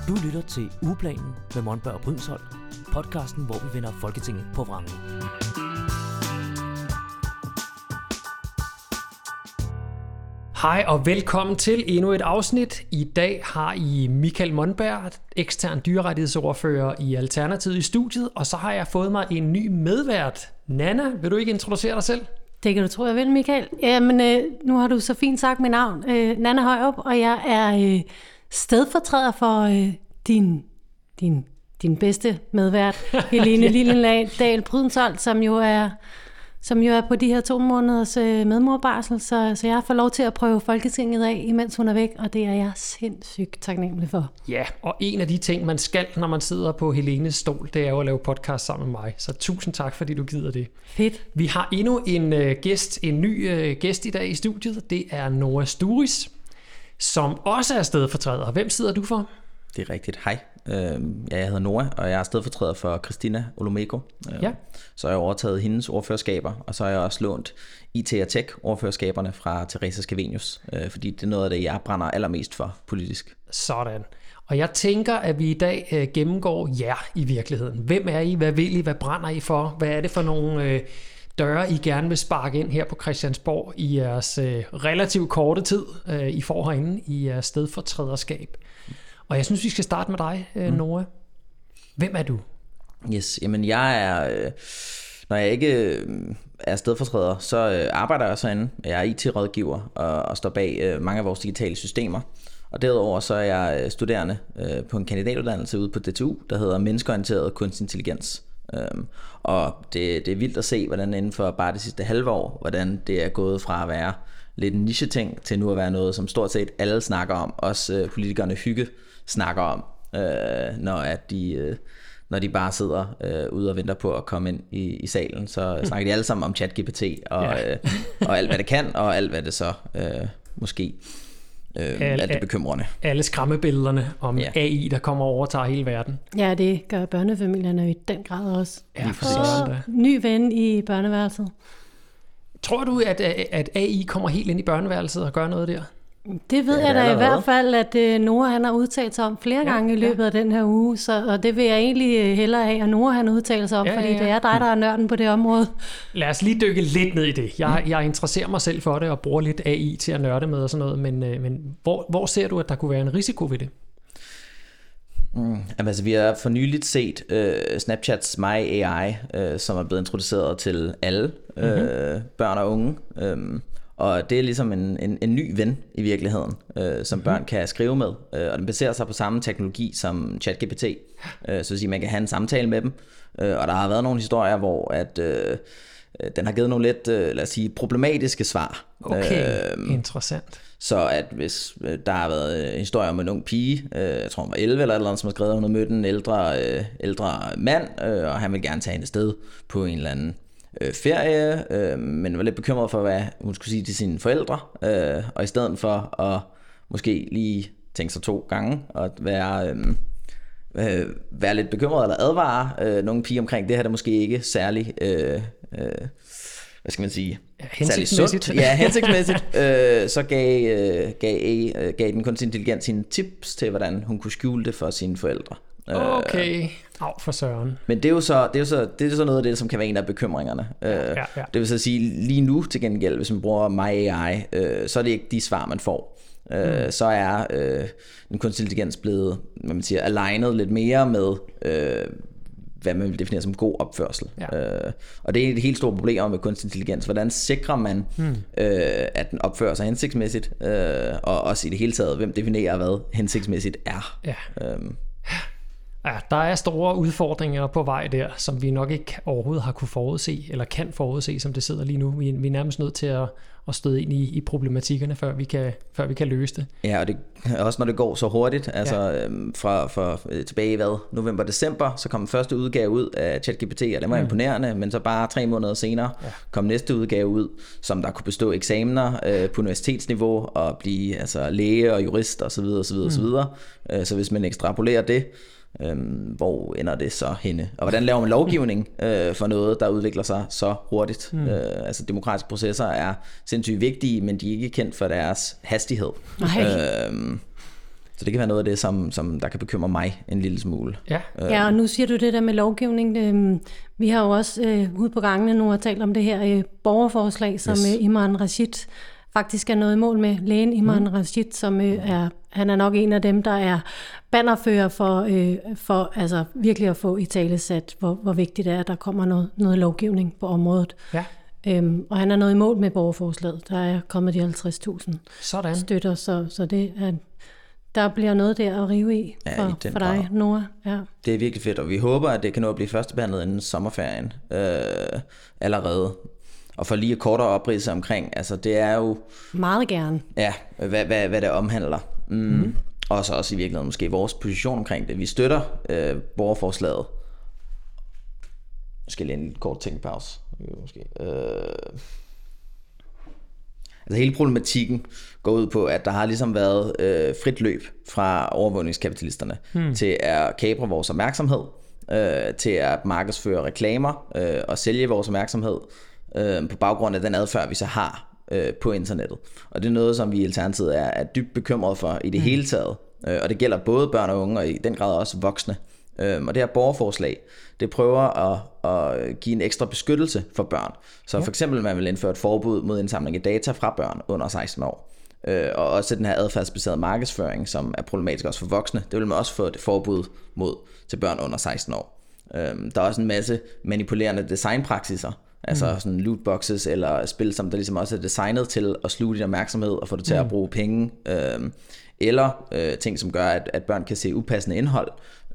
Du lytter til Ugeplanen med Monberg og Brydensholt, podcasten, hvor vi vender Folketinget på vrangen. Hej og velkommen til endnu et afsnit. I dag har I Michael Monberg, ekstern dyrerettighedsordfører i Alternativet i studiet, og så har jeg fået mig en ny medvært. Nanna, vil du ikke introducere dig selv? Det kan du tro, jeg vil, Michael. Jamen, nu har du så fint sagt mit navn. Nanna Højrup, og jeg er stedfortræder for din bedste medvært, Helene Lillendahl Brydensholt, som jo er på de her 2 måneders medmorbarsel, så jeg får lov til at prøve Folketinget af, imens hun er væk, og det er jeg sindssygt taknemmelig for. Ja, og en af de ting, man skal, når man sidder på Helenes stol, det er jo at lave podcast sammen med mig. Så tusind tak, fordi du gider det. Fedt. Vi har endnu en ny gæst i dag i studiet. Det er Noah Sturis, som også er stedfortræder. Hvem sidder du for? Det er rigtigt. Hej. Jeg hedder Noah, og jeg er stedfortræder for Christina Olumeko. Ja. Så har jeg overtaget hendes ordførerskaber, og så har jeg også lånt IT og Tech ordførerskaberne fra Teresa Scavenius, fordi det er noget af det, jeg brænder allermest for politisk. Sådan. Og jeg tænker, at vi i dag gennemgår jer i virkeligheden. Hvem er I? Hvad vil I? Hvad brænder I for? Hvad er det for nogle døre, I gerne vil sparke ind her på Christiansborg i jeres relativt korte tid, I får herinde i jeres stedfortræderskab? Og jeg synes, vi skal starte med dig, Noah. Hvem er du? Yes, jamen jeg er, når jeg ikke er stedfortræder, så arbejder jeg herinde. Jeg er IT-rådgiver og står bag mange af vores digitale systemer. Og derudover så er jeg studerende på en kandidatuddannelse ude på DTU, der hedder Menneskeorienteret Kunstig Intelligens. Og det er vildt at se, hvordan inden for bare det sidste halve år, hvordan det er gået fra at være lidt en niche-ting til nu at være noget, som stort set alle snakker om. Også politikerne hygge snakker om, når de bare sidder ude og venter på at komme ind i salen. Så snakker de alle sammen om ChatGPT og alt hvad det kan, og alt hvad det så måske alt det bekymrende. Alle skræmmebillederne om AI, der kommer og overtager hele verden. Ja, det gør børnefamilierne i den grad også. Ja, Ny ven i børneværelset. Tror du, at AI kommer helt ind i børneværelset og gør noget der? Det ved jeg da i hvert fald, at Noah han har udtalt sig om flere gange i løbet af den her uge, og det vil jeg egentlig hellere have, at Noah han udtaler sig om, fordi det er dig, der er nørden på det område. Lad os lige dykke lidt ned i det. Jeg interesserer mig selv for det og bruger lidt AI til at nørde med og sådan noget, men hvor ser du, at der kunne være en risiko ved det? Altså, vi har for nyligt set Snapchats My AI, som er blevet introduceret til alle børn og unge. Og det er ligesom en ny ven i virkeligheden, som børn kan skrive med. Og den baserer sig på samme teknologi som ChatGPT. Så at sige, man kan have en samtale med dem. Og der har været nogle historier, hvor at den har givet nogle lidt, lad os sige, problematiske svar. Okay, interessant. Så at hvis der har været en historie om en ung pige, jeg tror hun var 11 eller andet, som har skrevet, hun har mødt en ældre mand, og han vil gerne tage hende afsted på en eller anden ferie, men var lidt bekymret for, hvad hun skulle sige til sine forældre, og i stedet for at måske lige tænke sig 2 gange, og være lidt bekymret eller advare nogle piger omkring det her, der måske ikke særlig hvad skal man sige? Hensigtsmæssigt. Hensigtsmæssigt. Så gav den kunstig intelligens sine tips til, hvordan hun kunne skjule det for sine forældre. Okay. For søren. Men det er jo så noget af det, som kan være en af bekymringerne. Det vil så sige, lige nu til gengæld, hvis man bruger My AI, så er det ikke de svar, man får. Så er den kunstig intelligens blevet, hvad man siger, alignet lidt mere med hvad man vil definere som god opførsel. Og det er et helt stort problem med kunstig intelligens. Hvordan sikrer man, at den opfører sig hensigtsmæssigt, og også i det hele taget, hvem definerer, hvad hensigtsmæssigt er. Ja, der er store udfordringer på vej der, som vi nok ikke overhovedet har kunne forudse, eller kan forudse, som det sidder lige nu. Vi er nærmest nødt til at støde ind i problematikkerne, før vi kan løse det. Ja, og det, også når det går så hurtigt, altså fra tilbage i november-december, så kom første udgave ud af ChatGPT, og det var imponerende, men så bare 3 måneder senere kom næste udgave ud, som der kunne bestå eksamener på universitetsniveau, og blive altså læge og jurist osv. Så hvis man ekstrapolerer det, hvor ender det så henne? Og hvordan laver man lovgivning for noget, der udvikler sig så hurtigt? Altså demokratiske processer er sindssygt vigtige, men de er ikke kendt for deres hastighed. Så det kan være noget af det, som der kan bekymre mig en lille smule. Ja. Ja, og nu siger du det der med lovgivning. Vi har jo også ude på gangene nu har talt om det her borgerforslag, som Imran Rashid faktisk er noget i mål med. Lægen Imran Rashid, som han er nok en af dem, der er bannerfører for altså virkelig at få italesat, hvor vigtigt det er, at der kommer noget lovgivning på området. Ja. Og han er noget i mål med borgerforslaget. Der er kommet de 50.000 støtter, så det er, der bliver noget der at rive i for dig, Nora. Ja. Det er virkelig fedt, og vi håber, at det kan nå at blive førstebehandlet inden sommerferien allerede. Og for lige at kortere opridse omkring, altså det er jo... Meget gerne. Ja, hvad det omhandler. Og så også i virkeligheden måske vores position omkring det. Vi støtter borgerforslaget. Måske lige en kort tænkepause. Altså hele problematikken går ud på, at der har ligesom været frit løb fra overvågningskapitalisterne til at kapre vores opmærksomhed, til at markedsføre reklamer og sælge vores opmærksomhed på baggrund af den adfærd, vi så har på internettet. Og det er noget, som vi i Alternativet er dybt bekymret for i det hele taget. Og det gælder både børn og unge, og i den grad også voksne. Og det her borgerforslag, det prøver at give en ekstra beskyttelse for børn. Så for eksempel man vil indføre et forbud mod indsamling af data fra børn under 16 år. Og også den her adfærdsbaserede markedsføring, som er problematisk også for voksne, det vil man også få et forbud mod til børn under 16 år. Der er også en masse manipulerende designpraksiser, altså sådan lootboxes eller spil, som der ligesom også er designet til at sluge din opmærksomhed og få det til at bruge penge, eller ting, som gør, at børn kan se upassende indhold,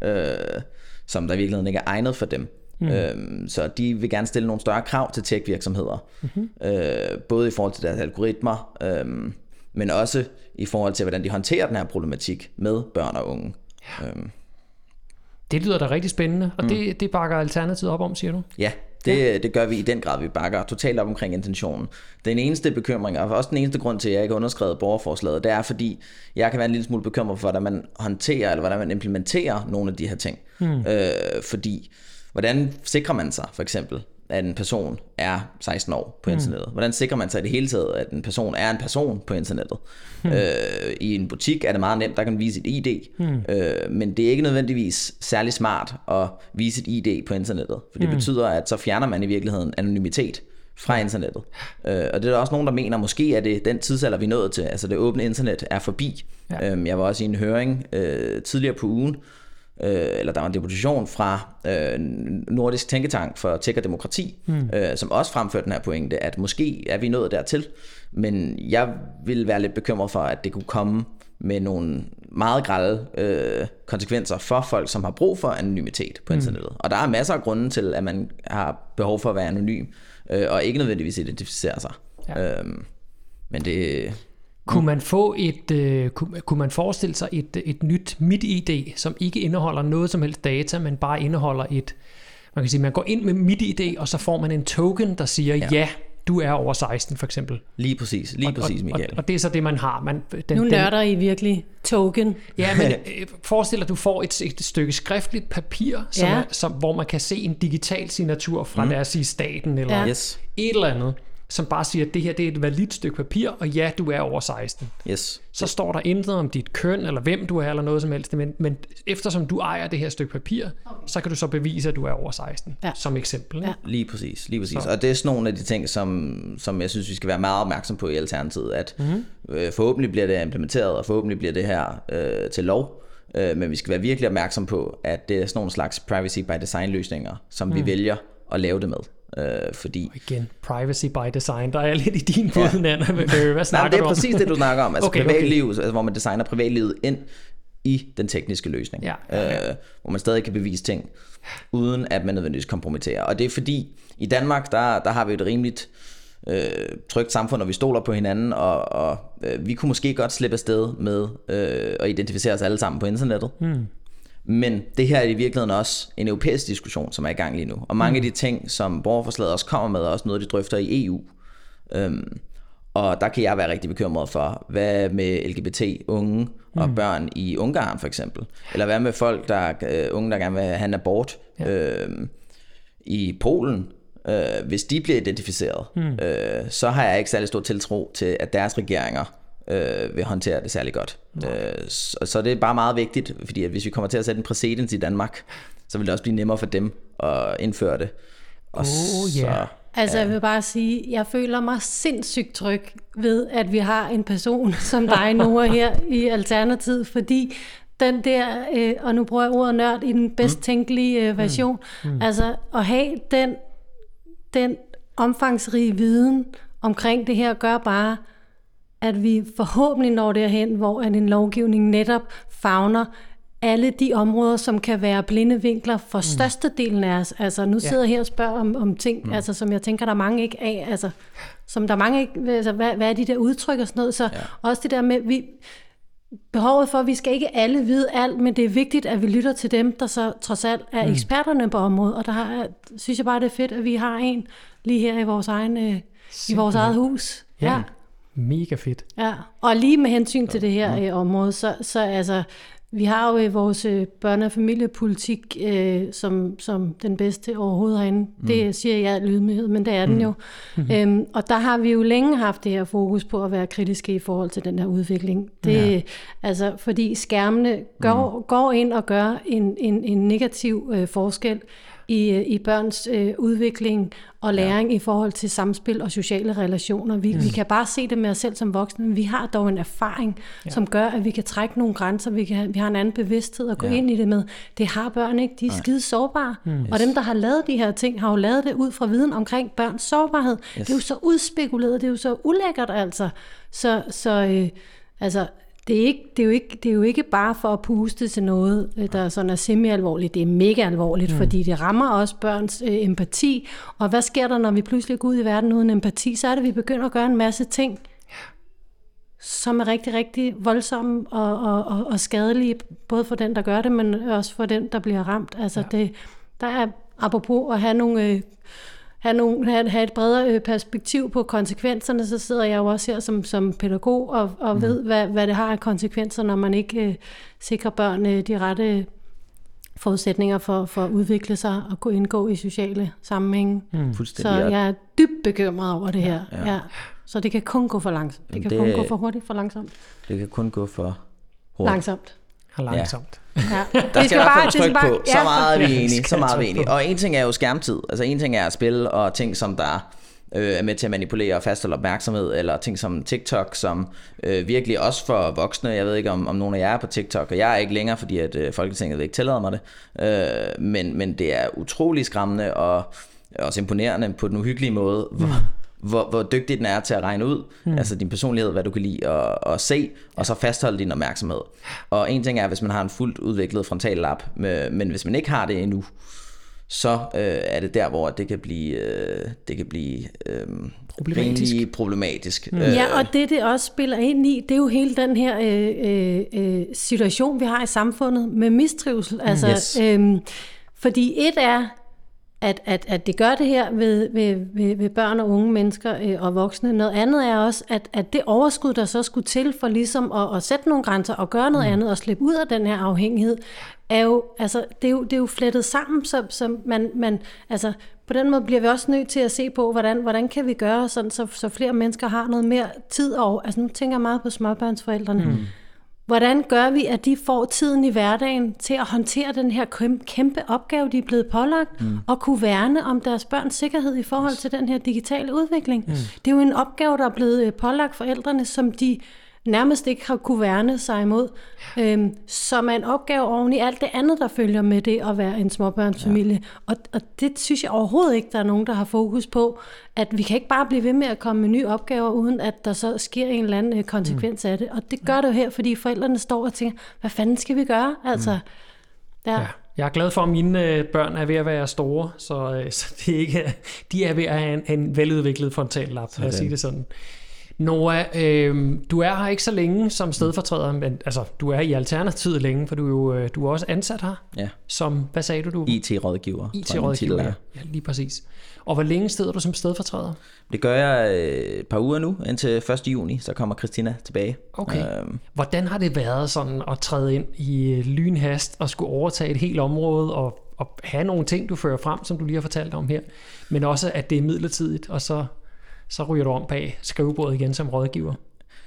som der i virkeligheden ikke er egnet for dem. Så de vil gerne stille nogle større krav til tech-virksomheder, både i forhold til deres algoritmer, men også i forhold til, hvordan de håndterer den her problematik med børn og unge. Det lyder da rigtig spændende, og det bakker Alternativet op om, siger du? Ja, det gør vi i den grad. Vi bakker totalt op omkring intentionen. Den eneste bekymring, og også den eneste grund til, at jeg ikke har underskrevet borgerforslaget, det er, fordi jeg kan være en lille smule bekymret for, hvordan man håndterer, eller hvordan man implementerer nogle af de her ting. Fordi, hvordan sikrer man sig, for eksempel, at en person er 16 år på internettet? Hvordan sikrer man sig i det hele taget, at en person er en person på internettet? I en butik er det meget nemt, der kan man vise et ID, men det er ikke nødvendigvis særlig smart at vise et ID på internettet, for det betyder, at så fjerner man i virkeligheden anonymitet fra internettet. Og det er der også nogen, der mener, måske er det den tidsalder, vi er nået til, altså det åbne internet er forbi. Jeg var også i en høring tidligere på ugen, eller der var en deputation fra Nordisk Tænketank for Tech og Demokrati, som også fremførte den her pointe, at måske er vi nået dertil, men jeg vil være lidt bekymret for, at det kunne komme med nogle meget grelle konsekvenser for folk, som har brug for anonymitet på internettet. Og der er masser af grunde til, at man har behov for at være anonym, og ikke nødvendigvis identificere sig. Men det... Kunne man forestille sig et nyt MitID, som ikke indeholder noget som helst data, men bare indeholder man kan sige, man går ind med MitID, og så får man en token, der siger, ja du er over 16 for eksempel. Lige præcis, Michael. Og det er så det, man har. Nu nørder I virkelig token. Ja, men forestil dig, at du får et stykke skriftligt papir, hvor man kan se en digital signatur fra, lad os sige, staten, eller et eller andet, som bare siger, at det her det er et validt stykke papir, og ja, du er over 16. Så står der intet om dit køn, eller hvem du er, eller noget som helst, men eftersom du ejer det her stykke papir, så kan du så bevise, at du er over 16, som eksempel. Ja. Lige præcis. Og det er sådan nogle af de ting, som jeg synes, vi skal være meget opmærksom på i Alternativet, at forhåbentlig bliver det implementeret, og forhåbentlig bliver det her til lov, men vi skal være virkelig opmærksom på, at det er sådan nogle slags privacy by design løsninger, som vi vælger at lave det med. Fordi... Igen, privacy by design, der er lidt i din bud, Nana. Hvad snakker det er præcis det, du snakker om. Altså privatliv, altså, hvor man designer privatlivet ind i den tekniske løsning. Hvor man stadig kan bevise ting, uden at man nødvendigvis kompromitterer. Og det er fordi, i Danmark, der har vi et rimeligt trygt samfund, og vi stoler på hinanden, og vi kunne måske godt slippe afsted med at identificere os alle sammen på internettet. Men det her er i virkeligheden også en europæisk diskussion, som er i gang lige nu. Og mange af de ting, som borgerforslaget også kommer med, er også noget, de drøfter i EU. Og der kan jeg være rigtig bekymret for, hvad med LGBT, unge og børn i Ungarn for eksempel. Eller hvad med folk, unge, der gerne vil have en abort i Polen. Hvis de bliver identificeret, så har jeg ikke særlig stor tiltro til, at deres regeringer vil håndtere det særlig godt. Så det er bare meget vigtigt, fordi at hvis vi kommer til at sætte en præcedens i Danmark, så vil det også blive nemmere for dem at indføre det. Altså jeg vil bare sige, jeg føler mig sindssygt tryg ved, at vi har en person som dig, Noah, her i Alternativet, fordi den der, og nu bruger jeg ordet nørd i den bedst tænkelige version, altså at have den omfangsrige viden omkring det her, gør bare, at vi forhåbentlig når derhen, hvor en lovgivning netop favner alle de områder, som kan være blinde vinkler for størstedelen af os. Altså nu sidder jeg her og spørger om ting, altså, som jeg tænker, der er mange ikke af, altså, som der er mange ikke, altså, hvad er de der udtryk og sådan noget, så også det der med, behovet for, at vi skal ikke alle vide alt, men det er vigtigt, at vi lytter til dem, der så trods alt er eksperterne på området, og der synes jeg bare, det er fedt, at vi har en lige her i vores i vores eget hus. Ja. Mega fedt. Ja, og lige med hensyn til det her område, så altså, vi har jo vores børne- og familiepolitik som den bedste overhovedet herinde. Det siger jeg i lydmyghed, men det er den jo. Og der har vi jo længe haft det her fokus på at være kritiske i forhold til den her udvikling. Det, altså, fordi skærmene går ind og gør en negativ forskel i børns udvikling og læring i forhold til samspil og sociale relationer. Vi kan bare se det med os selv som voksne, men vi har dog en erfaring, som gør, at vi kan trække nogle grænser, vi har en anden bevidsthed at gå ind i det med. Det har børn ikke, de er skide sårbare. Og dem, der har lavet de her ting, har jo lavet det ud fra viden omkring børns sårbarhed. Det er jo så udspekuleret, det er jo så ulækkert altså. Altså, det er jo ikke bare for at puste til noget, der sådan er semi-alvorligt. Det er mega alvorligt, fordi det rammer også børns empati. Og hvad sker der, når vi pludselig går ud i verden uden empati? Så er det, at vi begynder at gøre en masse ting, som er rigtig, rigtig voldsomme og skadelige, både for den, der gør det, men også for den, der bliver ramt. Altså der er, apropos at have et bredere perspektiv på konsekvenserne, så sidder jeg jo også her som pædagog og ved, hvad det har af konsekvenser, når man ikke sikrer børn de rette forudsætninger for at udvikle sig og kunne indgå i sociale sammenhænge. Så jeg er dybt bekymret over det her. Ja. Så det kan kun gå for langsomt. Det kan kun gå for hurtigt, for langsomt. Det kan kun gå for hurtigt. Langsomt. Ja. Der skal i hvert fald tryk på. Så meget er vi enige. Og en ting er jo skærmtid. Altså en ting er at spille, og ting som der er med til at manipulere og fastholde opmærksomhed, eller ting som TikTok, som virkelig også for voksne. Jeg ved ikke, om nogen af jer er på TikTok, og jeg er ikke længere, fordi at Folketinget ikke tillader mig det. Men det er utrolig skræmmende og også imponerende på den uhyggelige måde, hvor dygtig den er til at regne ud, altså din personlighed, hvad du kan lide at se, og så fastholde din opmærksomhed. Og en ting er, hvis man har en fuldt udviklet frontallap, men hvis man ikke har det endnu, så er det der, hvor det kan blive problematisk. Ja, og det også spiller ind i, det er jo hele den her situation, vi har i samfundet med mistrivsel. Altså, fordi et er, at det gør det her ved børn og unge mennesker og voksne. Noget andet er også, at det overskud, der så skulle til for ligesom at sætte nogle grænser og gøre noget andet og slippe ud af den her afhængighed, er jo, altså, det er jo flettet sammen, så man altså, på den måde bliver vi også nødt til at se på, hvordan kan vi gøre sådan, så flere mennesker har noget mere tid over. Altså nu tænker jeg meget på småbørnsforældrene. Hvordan gør vi, at de får tiden i hverdagen til at håndtere den her kæmpe opgave, de er blevet pålagt, og kunne værne om deres børns sikkerhed i forhold til den her digitale udvikling? Det er jo en opgave, der er blevet pålagt forældrene, som de nærmest ikke har kunne værne sig imod, som er en opgave oven i alt det andet, der følger med det at være en småbørnsfamilie. Og det synes jeg overhovedet ikke, der er nogen, der har fokus på, at vi kan ikke bare blive ved med at komme med nye opgaver, uden at der så sker en eller anden konsekvens af det. Og det gør det jo her, fordi forældrene står og tænker, hvad fanden skal vi gøre? Altså, Ja. Jeg er glad for, at mine børn er ved at være store, så det er ikke, de er ved at have en veludviklet frontallap, lad os sige det sådan. Noah, du er her ikke så længe som stedfortræder, men altså, du er i Alternativet længe, for du er også ansat her. Ja. Som, hvad sagde du? IT-rådgiver. IT-rådgiver, ja, lige præcis. Og hvor længe sidder du som stedfortræder? Det gør jeg et par uger nu, indtil 1. juni, så kommer Christina tilbage. Okay. Hvordan har det været sådan at træde ind i lynhast og skulle overtage et helt område og have nogle ting, du fører frem, som du lige har fortalt om her, men også, at det er midlertidigt, og så ryger du om bag skrivebordet igen som rådgiver?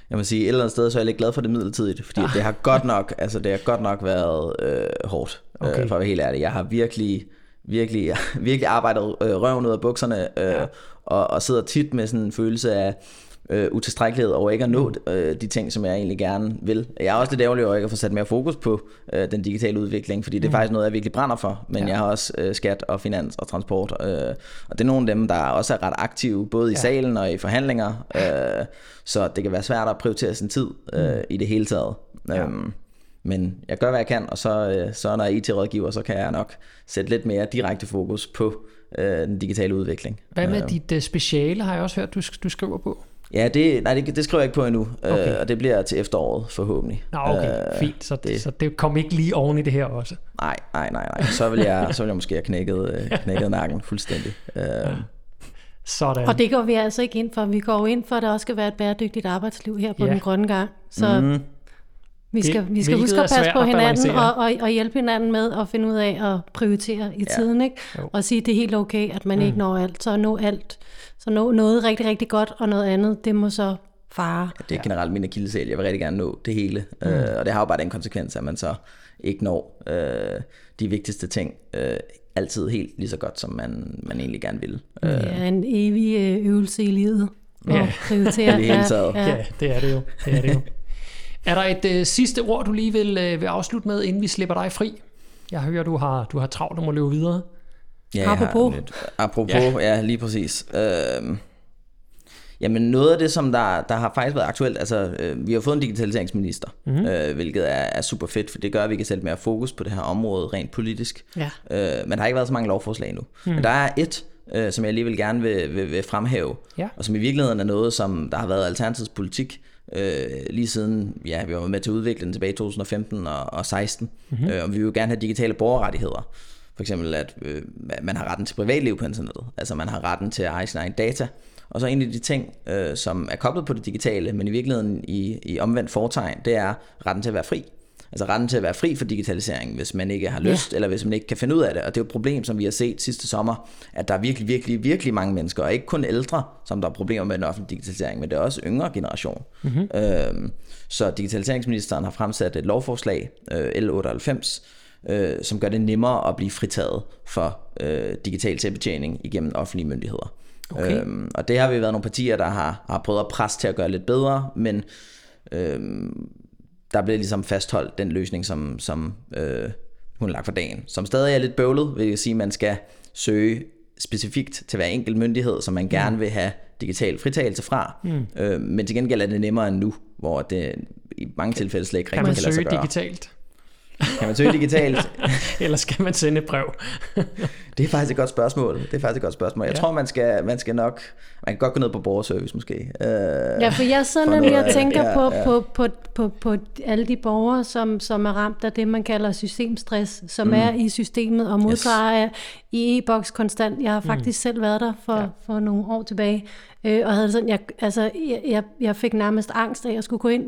jeg må sige, et eller andet sted, så er jeg lidt glad for det midlertidigt, fordi det har godt nok været hårdt, for at være helt ærlig. Jeg har virkelig arbejdet røven ud af bukserne, og sidder tit med sådan en følelse af utilstrækkelighed over ikke at nå de ting, som jeg egentlig gerne vil. Jeg er også lidt ærgerlig over ikke at få sat mere fokus på den digitale udvikling, fordi det er faktisk noget, jeg virkelig brænder for, men jeg har også skat og finans og transport, og det er nogle af dem, der også er ret aktive, både i salen og i forhandlinger, så det kan være svært at prioritere sin tid i det hele taget. Men jeg gør, hvad jeg kan, og så når jeg er IT-rådgiver, så kan jeg nok sætte lidt mere direkte fokus på den digitale udvikling. Hvad med dit speciale, har jeg også hørt, du skriver på? Ja, det skriver jeg ikke på endnu, og det bliver til efteråret forhåbentlig. Nå, okay, fint. Så det kom ikke lige oven i det her også? Nej. Så vil jeg måske have knækket nakken fuldstændig. Sådan. Og det går vi altså ikke ind for. Vi går ind for, at der også skal være et bæredygtigt arbejdsliv her på den grønne gang. Så vi skal huske at passe på hinanden og hjælpe hinanden med at finde ud af at prioritere i tiden, ikke? Og sige, at det er helt okay, at man ikke når alt. Så nå noget rigtig, rigtig godt, og noget andet, det må så fare. Ja, det er generelt min akilleshæl. Jeg vil rigtig gerne nå det hele. Og det har jo bare den konsekvens, at man så ikke når de vigtigste ting altid helt lige så godt, som man egentlig gerne vil. Det er en evig øvelse i livet at prioritere. Ja, det er det jo. Er der et sidste ord, du lige vil afslutte med, inden vi slipper dig fri? Jeg hører, du har travlt om at løbe videre. Ja, apropos, lige præcis. Jamen noget af det, som der har faktisk været aktuelt, altså vi har fået en digitaliseringsminister, hvilket er super fedt, for det gør, at vi kan sætte mere fokus på det her område rent politisk. Ja. Men der har ikke været så mange lovforslag endnu. Men der er et, som jeg alligevel gerne vil fremhæve, og som i virkeligheden er noget, som der har været Alternativets politik, lige siden vi var med til at udvikle den tilbage i 2015 og 16, og vi vil jo gerne have digitale borgerrettigheder. For eksempel, at man har retten til privatliv på internettet, altså man har retten til at eje sin egen data. Og så en af de ting, som er koblet på det digitale, men i virkeligheden i omvendt fortegn, det er retten til at være fri. Altså retten til at være fri for digitalisering, hvis man ikke har lyst, eller hvis man ikke kan finde ud af det. Og det er jo et problem, som vi har set sidste sommer, at der er virkelig mange mennesker, og ikke kun ældre, som der er problemer med den offentlige digitalisering, men det er også yngre generation. Så digitaliseringsministeren har fremsat et lovforslag, L98, som gør det nemmere at blive fritaget for digital selvbetjening igennem offentlige myndigheder. Okay. Og det har vi været nogle partier, der har prøvet at presse til at gøre lidt bedre, men der blev ligesom fastholdt den løsning, som hun lagt for dagen, som stadig er lidt bøvlet, vil jeg sige, man skal søge specifikt til hver enkelt myndighed, som man gerne vil have digital fritagelse fra, men til gengæld er det nemmere end nu, hvor det i mange tilfælde slet ikke rigtig kan lade sig gøre. Kan man søge digitalt? Kan man søge digitalt? Eller skal man sende et brev? Det er faktisk et godt spørgsmål. Jeg tror, man skal nok... Man kan godt gå ned på borgerservice måske. Ja, for jeg sidder nemlig og tænker på alle de borgere, som er ramt af det, man kalder systemstress, som er i systemet og modtager i e-boks konstant. Jeg har faktisk selv været der for nogle år tilbage, og havde sådan, jeg fik nærmest angst af, at jeg skulle gå ind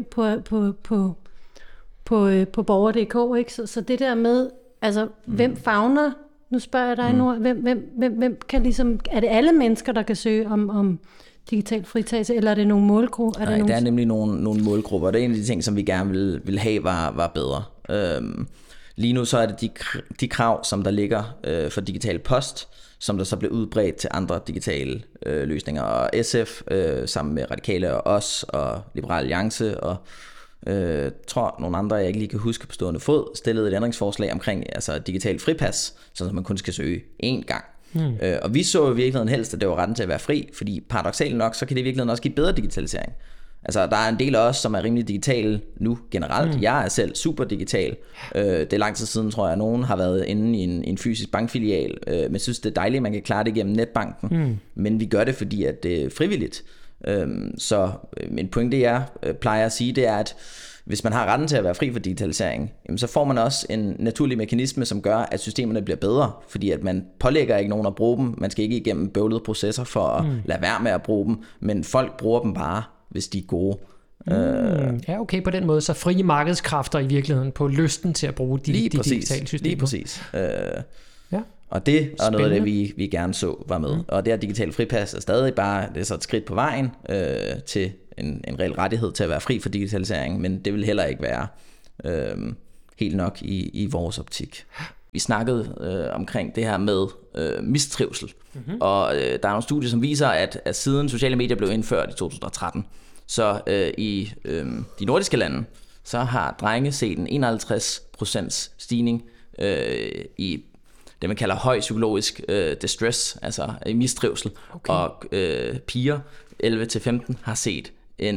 på borger.dk, ikke? Så det der med, altså, hvem favner, nu spørger jeg dig nu, hvem kan ligesom, er det alle mennesker, der kan søge om digital fritagelse, eller er det nogle målgrupper? Nej, der er nemlig nogle målgrupper, det er en af de ting, som vi gerne vil have var bedre. Lige nu så er det de krav, som der ligger for digital post, som der så bliver udbredt til andre digitale løsninger, og SF sammen med Radikale og os og Liberal Alliance og tror nogle andre, jeg ikke lige kan huske på stående fod, stillede et ændringsforslag omkring digital fripas, så man kun skal søge én gang. Og vi så i virkeligheden helst, at det var retten til at være fri, fordi paradoksalt nok, så kan det i virkeligheden også give bedre digitalisering. Altså der er en del af os, som er rimelig digitale nu generelt. Jeg er selv super digital. Det er lang tid siden, tror jeg, at nogen har været inde i en fysisk bankfilial, men synes det er dejligt, at man kan klare det gennem netbanken. Men vi gør det, fordi at det er frivilligt. Så min pointe, jeg plejer at sige, det er, at hvis man har retten til at være fri for digitalisering, så får man også en naturlig mekanisme, som gør, at systemerne bliver bedre, fordi at man pålægger ikke nogen at bruge dem. Man skal ikke igennem bøvlede processer for at lade være med at bruge dem, men folk bruger dem bare, hvis de er gode. Ja, okay, på den måde, så frie markedskræfter i virkeligheden på lysten til at bruge de digitale systemer. Lige præcis. Og det er noget af det, vi gerne så var med. Og det her digitale fripas er stadig bare, det er så et skridt på vejen til en reel rettighed til at være fri for digitalisering, men det vil heller ikke være helt nok i vores optik. Vi snakkede omkring det her med mistrivsel, og der er nogle studier, som viser, at siden sociale medier blev indført i 2013, så i de nordiske lande, så har drenge set en 51% stigning i det, man kalder høj psykologisk distress, altså mistrivsel, og piger 11-15 har set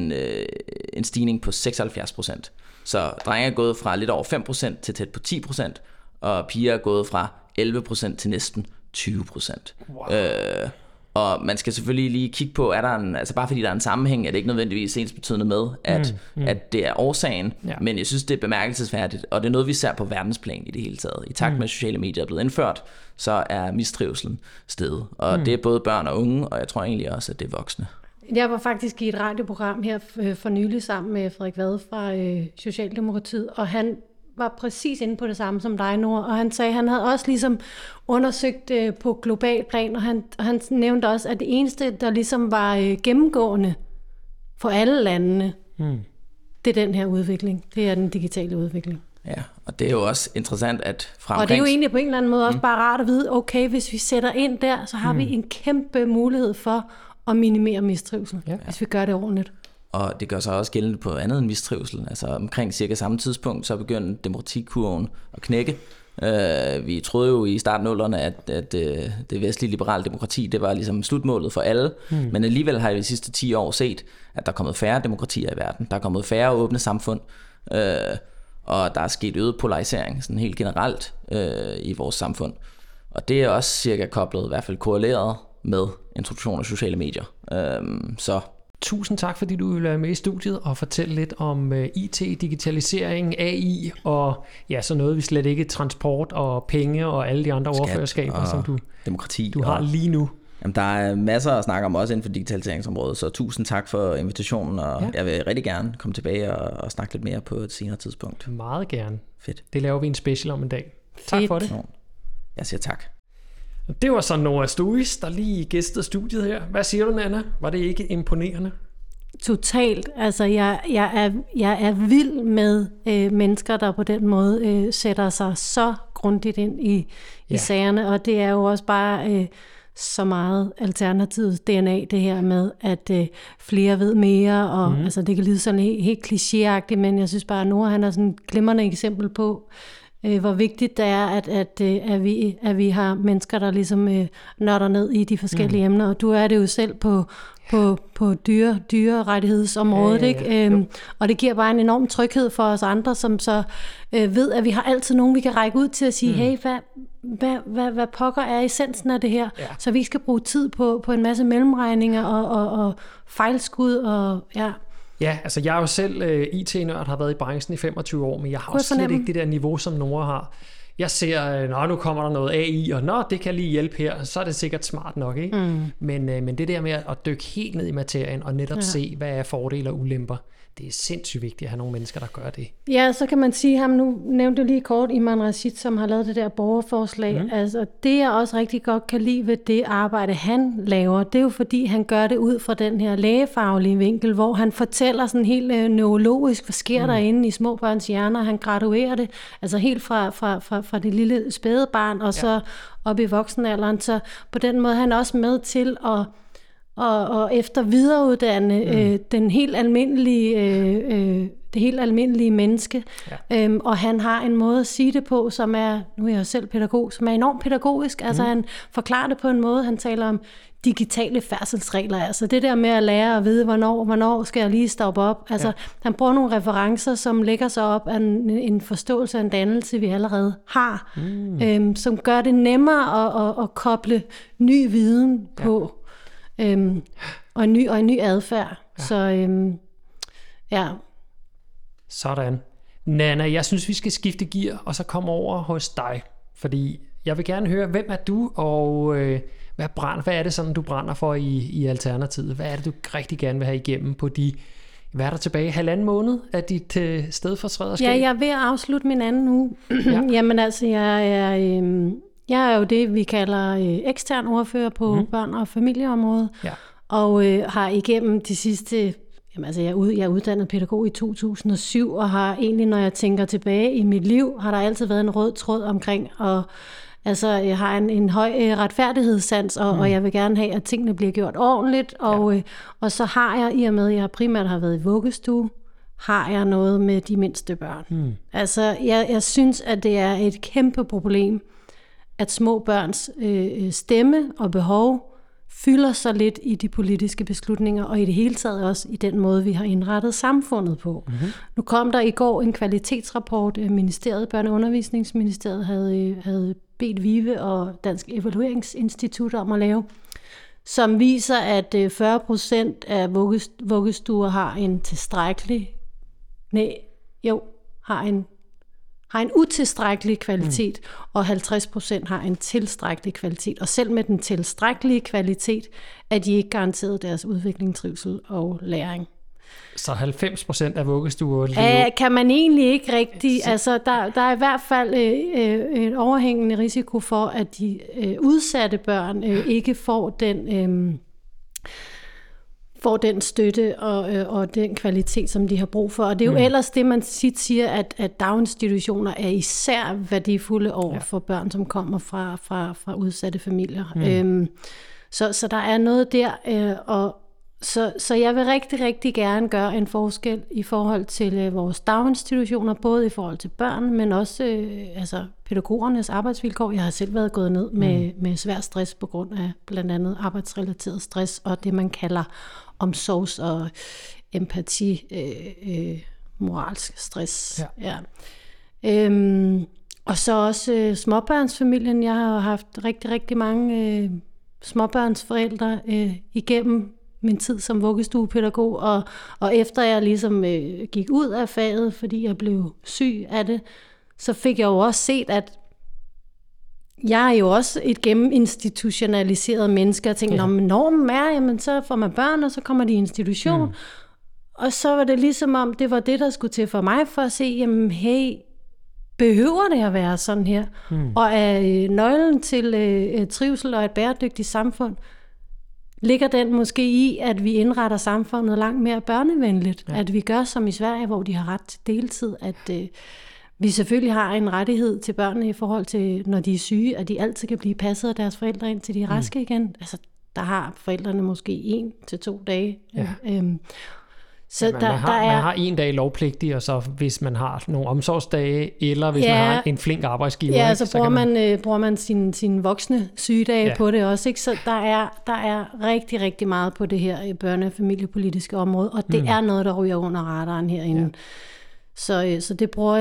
en stigning på 76%. Så drenge er gået fra lidt over 5% til tæt på 10%, og piger er gået fra 11% til næsten 20%. Wow. Og man skal selvfølgelig lige kigge på, altså bare fordi der er en sammenhæng, er det ikke nødvendigvis ensbetydende med, at det er årsagen, men jeg synes, det er bemærkelsesværdigt, og det er noget, vi ser på verdensplan i det hele taget. I takt med, at sociale medier er blevet indført, så er mistrivselen steget, og det er både børn og unge, og jeg tror egentlig også, at det er voksne. Jeg var faktisk i et radioprogram her for nylig sammen med Frederik Vad fra Socialdemokratiet, og han var præcis inde på det samme som dig, Nora, og han sagde, at han havde også ligesom undersøgt på global plan, og han nævnte også, at det eneste, der ligesom var gennemgående for alle landene, det er den her udvikling. Det er den digitale udvikling. Ja, og det er jo også interessant, at og det er jo egentlig på en eller anden måde også bare rart at vide, okay, hvis vi sætter ind der, så har vi en kæmpe mulighed for at minimere mistrivsel, hvis vi gør det ordentligt. Og det gør sig også gældende på andet end mistrivsel. Altså omkring cirka samme tidspunkt, så begyndte demokratikurven at knække. Vi troede jo i starten af 00'erne, at det vestlige liberale demokrati, det var ligesom slutmålet for alle. Men alligevel har vi de sidste 10 år set, at der er kommet færre demokratier i verden. Der er kommet færre åbne samfund. Og der er sket øget polarisering sådan helt generelt i vores samfund. Og det er også cirka koblet, i hvert fald korreleret med introduktion af sociale medier. Så tusind tak, fordi du vil være med i studiet og fortælle lidt om IT, digitalisering, AI og så noget, vi slet ikke transport og penge og alle de andre overførerskaber, som du har lige nu. Jamen, der er masser at snakke om også inden for digitaliseringsområdet, så tusind tak for invitationen, og jeg vil rigtig gerne komme tilbage og snakke lidt mere på et senere tidspunkt. Meget gerne. Fedt. Det laver vi en special om en dag. Tak for det. Jeg siger tak. Det var så Nora Stuis, der lige gæstede studiet her. Hvad siger du, Nanna? Var det ikke imponerende? Totalt. Altså, jeg er vild med mennesker, der på den måde sætter sig så grundigt ind i sagerne, og det er jo også bare så meget alternativets DNA, det her med, at flere ved mere, og altså, det kan lyde sådan helt klichéagtigt, men jeg synes bare, at Nora, han er sådan et glimrende eksempel på, hvor vigtigt det er, at vi har mennesker, der ligesom nørder ned i de forskellige emner, og du er det jo selv på dyrerettighedsområdet, ikke? Og det giver bare en enorm tryghed for os andre, som så ved, at vi har altid nogen, vi kan række ud til at sige, hey, hvad pokker er essensen af det her, så vi ikke skal bruge tid på en masse mellemregninger og fejlskud og Ja, altså jeg er jo selv IT-nørd, har været i branchen i 25 år, men jeg har også slet ikke det der niveau, som Nora har. Jeg ser, nu kommer der noget AI, og det kan lige hjælpe her, så er det sikkert smart nok, ikke? Men det der med at dykke helt ned i materien, og netop se, hvad er fordele og ulemper, det er sindssygt vigtigt at have nogle mennesker, der gør det. Ja, så kan man sige ham, nu nævnte du lige kort Iman Rashid, som har lavet det der borgerforslag. Altså det jeg også rigtig godt kan lide ved det arbejde, han laver, det er jo fordi, han gør det ud fra den her lægefaglige vinkel, hvor han fortæller sådan helt neurologisk, hvad sker der inde i små børns hjerner, han graduerer det, altså helt fra det lille spædebarn, og så op i voksenalderen, så på den måde er han også med til at og efter videreuddanne den helt almindelige, det helt almindelige menneske. Og han har en måde at sige det på, som er, nu er jeg selv pædagog, som er enormt pædagogisk. Altså han forklarer det på en måde, han taler om digitale færdselsregler. Altså det der med at lære at vide, hvornår skal jeg lige stoppe op. Altså han bruger nogle referencer, som lægger sig op af en forståelse af en dannelse, vi allerede har. Som gør det nemmere at koble ny viden på. Og en ny adfærd. Så Sådan. Nanna, jeg synes, vi skal skifte gear, og så komme over hos dig. Fordi jeg vil gerne høre, hvem er du, og hvad er det sådan, du brænder for i Alternativet? Hvad er det, du rigtig gerne vil have igennem på de, hvad er der tilbage, 1,5 måned af dit stedfortræderskab? Ja, jeg er ved at afslutte min anden uge. Jamen altså, jeg er jo det, vi kalder ekstern ordfører på børn- og familieområdet, og har igennem de sidste Jamen, altså, jeg er uddannet pædagog i 2007, og har egentlig, når jeg tænker tilbage i mit liv, har der altid været en rød tråd omkring, og altså, jeg har en høj retfærdighedssans, og jeg vil gerne have, at tingene bliver gjort ordentligt, og så har jeg, i og med, at jeg primært har været i vuggestue, har jeg noget med de mindste børn. Altså, jeg synes, at det er et kæmpe problem, at små børns stemme og behov fylder sig lidt i de politiske beslutninger, og i det hele taget også i den måde, vi har indrettet samfundet på. Nu kom der i går en kvalitetsrapport, Børne- og Undervisningsministeriet havde bedt VIVE og Dansk Evalueringsinstitut om at lave, som viser, at 40% af vuggestuer har en utilstrækkelig kvalitet, og 50% har en tilstrækkelig kvalitet. Og selv med den tilstrækkelige kvalitet, er de ikke garanteret deres udvikling, trivsel og læring. Så 90% af vuggestuer kan man egentlig ikke rigtig. Altså, der er i hvert fald en overhængende risiko for, at de udsatte børn ikke får den støtte og den kvalitet, som de har brug for. Og det er jo ellers det, man tit siger, at daginstitutioner er især værdifulde over for børn, som kommer fra udsatte familier. Så der er noget der, så jeg vil rigtig, rigtig gerne gøre en forskel i forhold til vores daginstitutioner, både i forhold til børn, men også pædagogernes arbejdsvilkår. Jeg har selv været gået ned med svær stress på grund af blandt andet arbejdsrelateret stress, og det, man kalder omsorgs- og empati, moralsk stress. Ja. Og så også småbørnsfamilien. Jeg har haft rigtig, rigtig mange småbørnsforældre igennem min tid som vuggestuepædagog, og efter jeg ligesom gik ud af faget, fordi jeg blev syg af det, så fik jeg jo også set, at jeg er jo også et genneminstitutionaliseret menneske, og tænkte, når normen er, jamen, så får man børn, og så kommer de i institution. Og så var det ligesom om, det var det, der skulle til for mig, for at se, jamen hey, behøver det at være sådan her? Og er nøglen til trivsel og et bæredygtigt samfund, ligger den måske i, at vi indretter samfundet langt mere børnevenligt? At vi gør som i Sverige, hvor de har ret til deltid, at vi selvfølgelig har en rettighed til børnene i forhold til, når de er syge, at de altid kan blive passet af deres forældre, indtil de er raske igen. Altså, der har forældrene måske 1 til 2 dage. Så man har 1 dag lovpligtig, og så hvis man har nogle omsorgsdage, eller hvis man har en flink arbejdsgiver. Ja, så bruger man sine voksne sygedage på det også. Ikke? Så der er rigtig, rigtig meget på det her børne- og familiepolitiske område, og det er noget, der ryger under radaren herinde. Så det bruger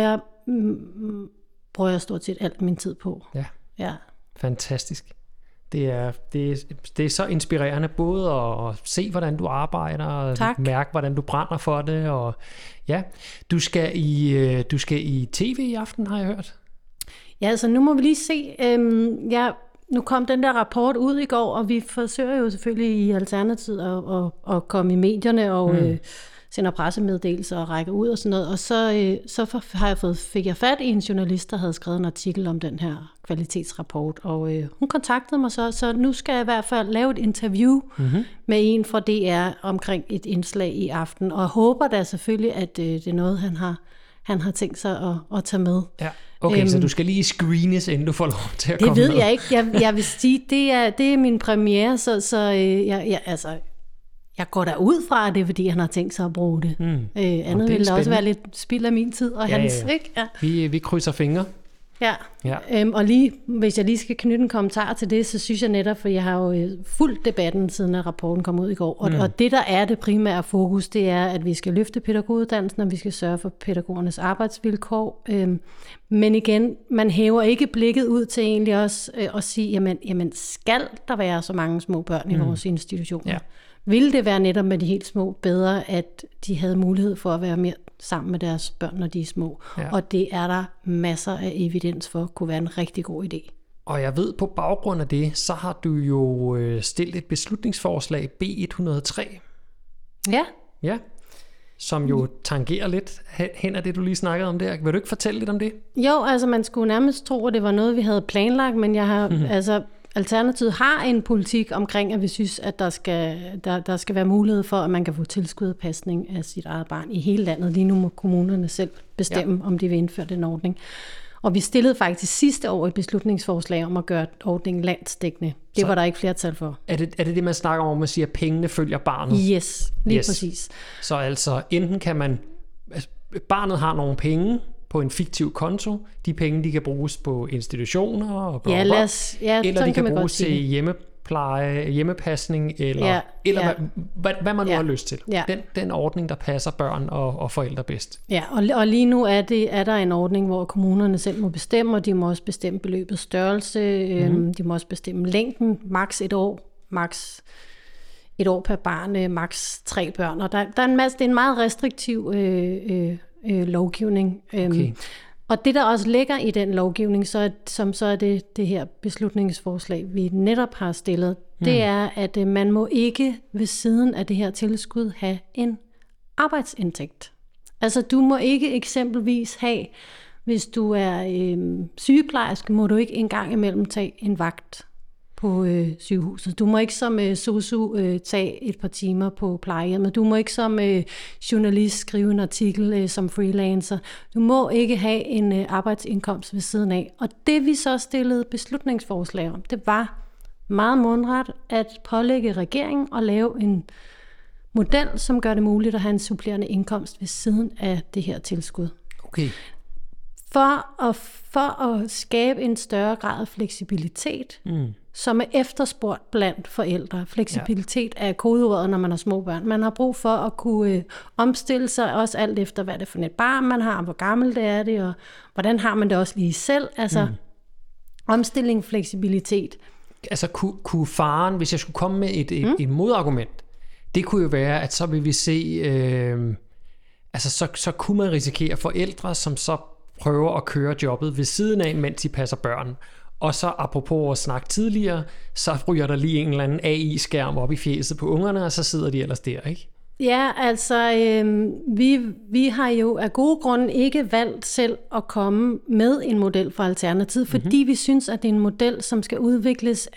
jeg stort set alt min tid på. Ja. Fantastisk. Det er så inspirerende både at se, hvordan du arbejder, og mærke, hvordan du brænder for det. Og ja, du skal i tv i aften, har jeg hørt. Ja, så nu må vi lige se. Nu kom den der rapport ud i går, og vi forsøger jo selvfølgelig i Alternativet at komme i medierne og sender pressemeddelelser og rækker ud og sådan noget. Og så fik jeg fat i en journalist, der havde skrevet en artikel om den her kvalitetsrapport, og hun kontaktede mig så nu skal jeg i hvert fald lave et interview med en fra DR omkring et indslag i aften, og jeg håber da selvfølgelig, at det er noget, han har tænkt sig at tage med. Ja. Okay, så du skal lige screenes, inden du får lov til at komme med. Det ved jeg ikke. Jeg vil sige, det er min premiere, så jeg går da ud fra det, fordi han har tænkt sig at bruge det. Andet ville også være lidt spild af min tid og hans. Ikke? Ja. Vi krydser fingre. Ja. Og lige, hvis jeg lige skal knytte en kommentar til det, så synes jeg netop, for jeg har jo fulgt debatten, siden at rapporten kom ud i går, og det, der er det primære fokus, det er, at vi skal løfte pædagoguddannelsen, og vi skal sørge for pædagogernes arbejdsvilkår. Men igen, man hæver ikke blikket ud til egentlig også at sige, jamen skal der være så mange små børn i vores institutioner? Ja. Ville det være netop med de helt små bedre, at de havde mulighed for at være mere sammen med deres børn, når de er små? Ja. Og det er der masser af evidens for, kunne være en rigtig god idé. Og jeg ved, på baggrund af det, så har du jo stillet et beslutningsforslag, B103. Ja. Som jo tangerer lidt hen af det, du lige snakkede om der. Vil du ikke fortælle lidt om det? Jo, altså man skulle nærmest tro, at det var noget, vi havde planlagt, men jeg har Alternativet har en politik omkring, at vi synes, at der skal være mulighed for, at man kan få tilskud pasning af sit eget barn i hele landet. Lige nu må kommunerne selv bestemme, om de vil indføre den ordning. Og vi stillede faktisk sidste år et beslutningsforslag om at gøre ordningen landsdækkende. Det var der ikke flertal for. Er det, man snakker om, at man siger, at pengene følger barnet? Yes, lige præcis. Så altså, enten kan man... Altså, barnet har nogle penge på en fiktiv konto. De penge, de kan bruges på institutioner og eller de kan bruges til hjemmepleje, hjemmepasning, eller hvad man nu har lyst til. Ja. Den ordning, der passer børn og forældre bedst. Ja, og lige nu er der en ordning, hvor kommunerne selv må bestemme, og de må også bestemme beløbets størrelse, de må også bestemme længden, maks 1 år, maks 1 år per barn, maks 3 børn. Og der er en masse, det er en meget restriktiv lovgivning. Okay. Og det, der også ligger i den lovgivning, som så er det her beslutningsforslag, vi netop har stillet, det er, at man må ikke ved siden af det her tilskud have en arbejdsindtægt. Altså, du må ikke eksempelvis have, hvis du er sygeplejerske, må du ikke engang imellem tage en vagt på sygehuset. Du må ikke som sosu tage et par timer på plejehjemmet. Du må ikke som journalist skrive en artikel som freelancer. Du må ikke have en arbejdsindkomst ved siden af. Og det vi så stillede beslutningsforslag om, det var meget mundret at pålægge regeringen at lave en model, som gør det muligt at have en supplerende indkomst ved siden af det her tilskud. Okay. For at skabe en større grad af fleksibilitet, som er efterspurgt blandt forældre. Fleksibilitet er kodeordet, når man har små børn. Man har brug for at kunne omstille sig, også alt efter, hvad det er for et barn man har, hvor gammel det er det, og hvordan har man det også lige selv. Altså omstilling, fleksibilitet. Altså kunne faren, hvis jeg skulle komme med et modargument, det kunne jo være, at så vil vi se, så kunne man risikere forældre, som så prøver at køre jobbet ved siden af, mens de passer børn. Og så apropos at snakke tidligere, så ryger der lige en eller anden AI-skærm op i fjeset på ungerne, og så sidder de ellers der, ikke? Ja, altså vi har jo af gode grunde ikke valgt selv at komme med en model for Alternativet, fordi vi synes, at det er en model, som skal udvikles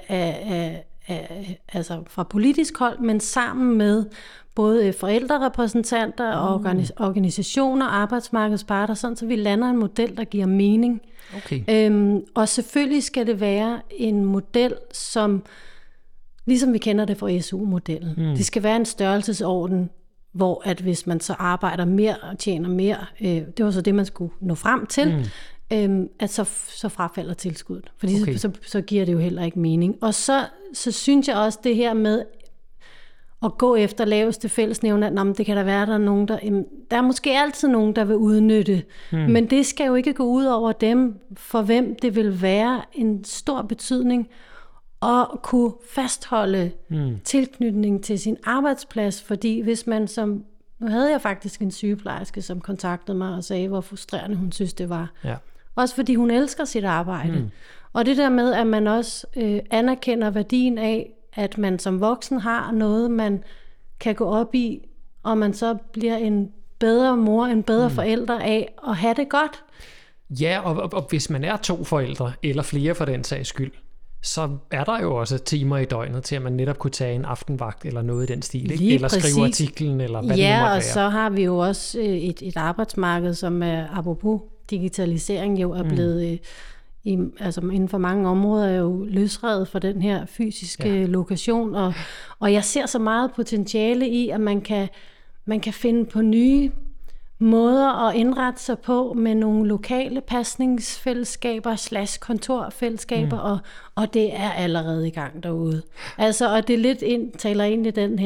altså fra politisk hold, men sammen med både forældrerepræsentanter og organisationer, arbejdsmarkedsparter, sådan så vi lander en model, der giver mening. Okay. Og selvfølgelig skal det være en model, som ligesom vi kender det fra SU-modellen. Det skal være en størrelsesorden, hvor at hvis man så arbejder mere og tjener mere, det var så det, man skulle nå frem til, at så frafalder tilskuddet. Fordi så giver det jo heller ikke mening. Og så synes jeg også det her med at gå efter laveste fællesnævner, at det kan der være, der er nogen, der er måske altid nogen, der vil udnytte, men det skal jo ikke gå ud over dem, for hvem det vil være en stor betydning at kunne fastholde tilknytning til sin arbejdsplads, fordi hvis man nu havde jeg faktisk en sygeplejerske, som kontaktede mig og sagde, hvor frustrerende hun synes, det var. Ja. Også fordi hun elsker sit arbejde. Og det der med, at man også anerkender værdien af, at man som voksen har noget, man kan gå op i, og man så bliver en bedre mor, en bedre forældre af at have det godt. Ja, og hvis man er 2 forældre, eller flere for den sags skyld, så er der jo også timer i døgnet til, at man netop kunne tage en aftenvagt, eller noget i den stil, ikke? Eller skrive artiklen, eller hvad det nu måtte være. Ja, og så har vi jo også et arbejdsmarked, som er, apropos digitalisering, jo er blevet inden for mange områder er jo løsredet fra den her fysiske lokation, og jeg ser så meget potentiale i, at man kan finde på nye måder at indrette sig på med nogle lokale pasningsfællesskaber / kontorfællesskaber, og det er allerede i gang derude. Altså, og det lidt taler ind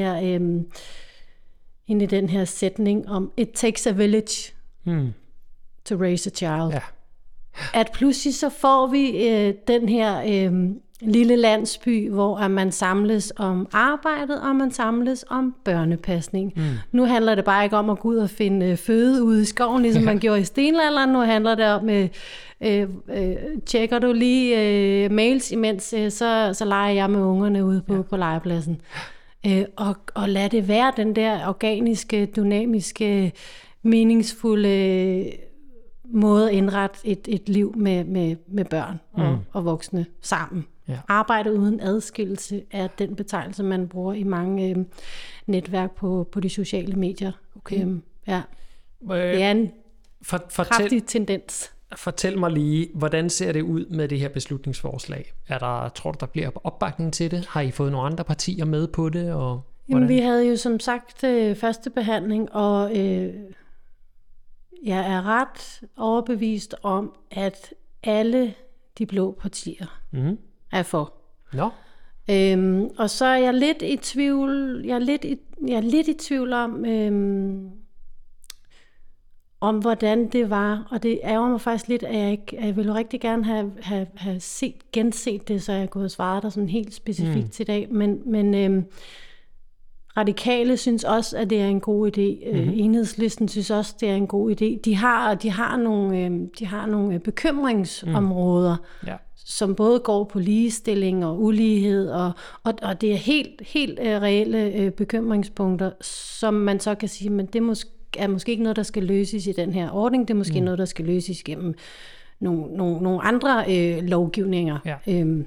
i den her sætning om it takes a village to raise a child. Ja. At pludselig så får vi den her lille landsby, hvor man samles om arbejdet, og man samles om børnepasning. Nu handler det bare ikke om at gå ud og finde føde ude i skoven, ligesom man gjorde i stenalderen. Nu handler det om, tjekker du lige mails imens, så leger jeg med ungerne ude på legepladsen. Og lad det være den der organiske, dynamiske, meningsfulde måde at indrette et liv med børn og voksne sammen. Arbejde uden adskillelse er den betegnelse, man bruger i mange netværk på de sociale medier. Okay. Ja. Det er en kraftig tendens. Fortæl mig lige, hvordan ser det ud med det her beslutningsforslag? Tror du, der bliver opbakning til det? Har I fået nogle andre partier med på det? Og jamen, vi havde jo som sagt første behandling, og jeg er ret overbevist om, at alle de blå partier er for. Nå. Og så er jeg lidt i tvivl. Jeg er lidt i tvivl om hvordan det var, og det ærger mig faktisk lidt, at jeg ville rigtig gerne have genset det, så jeg kunne have svaret dig sådan helt specifikt til i dag, men Radikale synes også, at det er en god idé. Enhedslisten synes også, det er en god idé. De har nogle bekymringsområder, som både går på ligestilling og ulighed, og det er helt reelle bekymringspunkter, som man så kan sige, men det er måske ikke noget, der skal løses i den her ordning. Det er måske noget, der skal løses gennem nogle andre lovgivninger. Ja.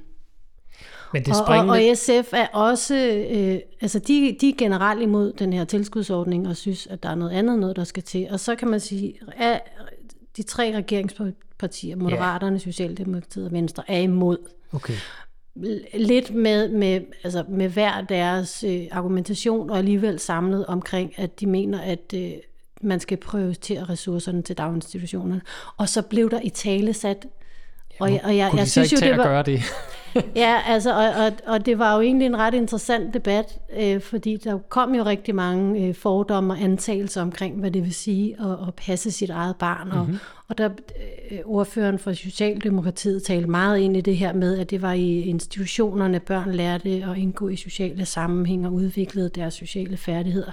Men det springende... og SF er også, altså de er generelt imod den her tilskudsordning og synes, at der er noget, der skal til. Og så kan man sige, at de 3 regeringspartier, Moderaterne, Socialdemokratiet og Venstre, er imod. Okay. Lidt med hver deres argumentation, og alligevel samlet omkring, at de mener, at man skal prioritere ressourcerne til daginstitutionerne. Og så blev der i tale sat. Jeg synes jo, det var... gøre det? Ja, altså, og det var jo egentlig en ret interessant debat, fordi der kom jo rigtig mange fordomme og antagelser omkring, hvad det vil sige at passe sit eget barn. Og der ordføreren for Socialdemokratiet talte meget ind i det her med, at det var i institutionerne, børn lærte at indgå i sociale sammenhæng og udviklede deres sociale færdigheder.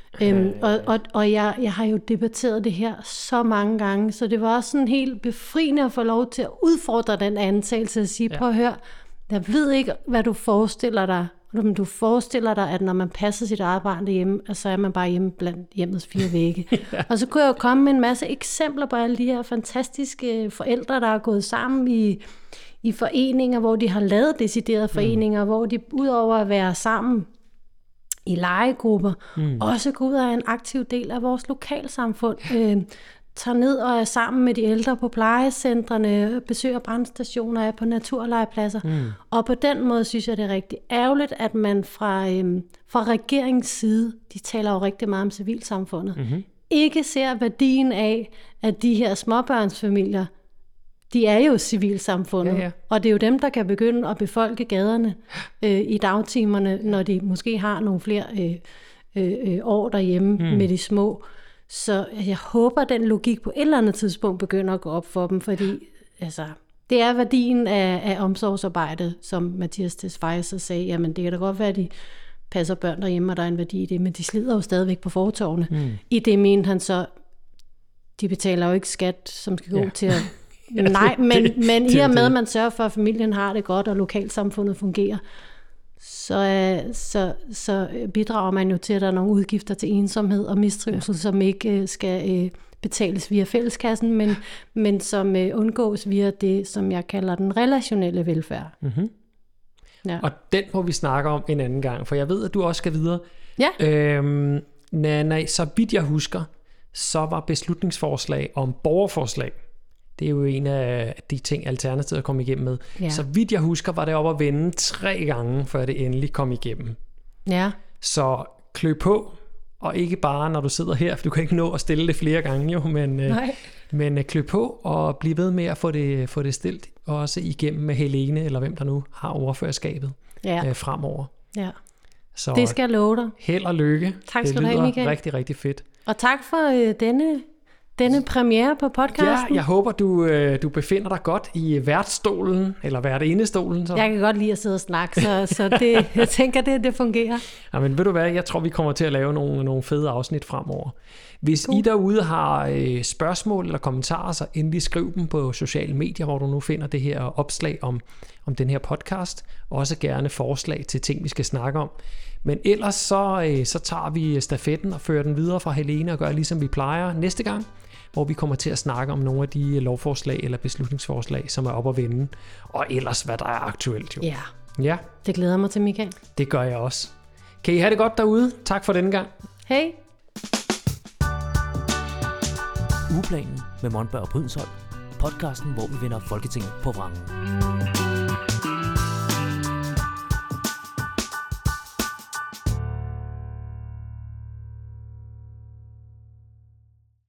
Og jeg har jo debatteret det her så mange gange, så det var også sådan helt befriende at få lov til at udfordre den antagelse og sige, prøv at høre, jeg ved ikke, hvad du forestiller dig. Men du forestiller dig, at når man passer sit eget barn derhjemme, så er man bare hjemme blandt hjemmets 4 vægge. Og så kunne jeg jo komme med en masse eksempler på alle de her fantastiske forældre, der er gået sammen i foreninger, hvor de har lavet deciderede foreninger, hvor de udover at være sammen i legegrupper, også går ud og er en aktiv del af vores lokalsamfund, tager ned og er sammen med de ældre på plejecentrene, besøger brandstationer, er på naturlegepladser. Og på den måde synes jeg, det er rigtig ærgerligt, at man fra regeringens side, de taler jo rigtig meget om civilsamfundet, ikke ser værdien af, at de her småbørnsfamilier, de er jo civilsamfundet, og det er jo dem, der kan begynde at befolke gaderne i dagtimerne, når de måske har nogle flere år derhjemme med de små. Så jeg håber, at den logik på et eller andet tidspunkt begynder at gå op for dem, fordi altså, det er værdien af omsorgsarbejdet, som Mathias Tesfaye så sagde, jamen det kan da godt være, at de passer børn derhjemme, og der er en værdi i det, men de slider jo stadigvæk på fortovene. I det mente han så, de betaler jo ikke skat, som skal gå til at... Nej, men i og med, at man sørger for, at familien har det godt, og lokalsamfundet fungerer, så bidrager man jo til, at der er nogle udgifter til ensomhed og mistrivsel, som ikke skal betales via fælleskassen, men som undgås via det, som jeg kalder den relationelle velfærd. Ja. Og den må vi snakke om en anden gang, for jeg ved, at du også skal videre. Ja. Nej, så vidt jeg husker, så var beslutningsforslag om borgerforslag, det er jo en af de ting, Alternativet kom igennem med. Ja. Så vidt jeg husker, var det op at vende 3 gange, før det endelig kom igennem. Ja. Så klø på, og ikke bare når du sidder her, for du kan ikke nå at stille det flere gange jo, men klø på og bliv ved med at få det stillet, også igennem med Helene, eller hvem der nu har ordførerskabet fremover. Ja. Så det skal jeg love dig. Held og lykke. Tak skal du have, Michael. Det lyder rigtig, rigtig fedt. Og tak for denne premiere på podcasten. Ja, jeg håber, du befinder dig godt i værtsstolen, eller værtindestolen. Så. Jeg kan godt lide at sidde og snakke, så det, jeg tænker, det fungerer. Ja, men ved du hvad, jeg tror, vi kommer til at lave nogle fede afsnit fremover. Hvis I derude har spørgsmål eller kommentarer, så endelig skriv dem på sociale medier, hvor du nu finder det her opslag om den her podcast. Også gerne forslag til ting, vi skal snakke om. Men ellers så tager vi stafetten og fører den videre fra Helene og gør ligesom vi plejer næste gang. hvor vi kommer til at snakke om nogle af de lovforslag eller beslutningsforslag, som er op at vende, og ellers hvad der er aktuelt jo. Ja, Ja, det glæder mig til, Michael. det gør jeg også. Kan I have det godt derude? Tak for denne gang. Hej! Ugeplanen med Monberg og Brydensholt. Podcasten, hvor vi vender Folketinget på vrangen.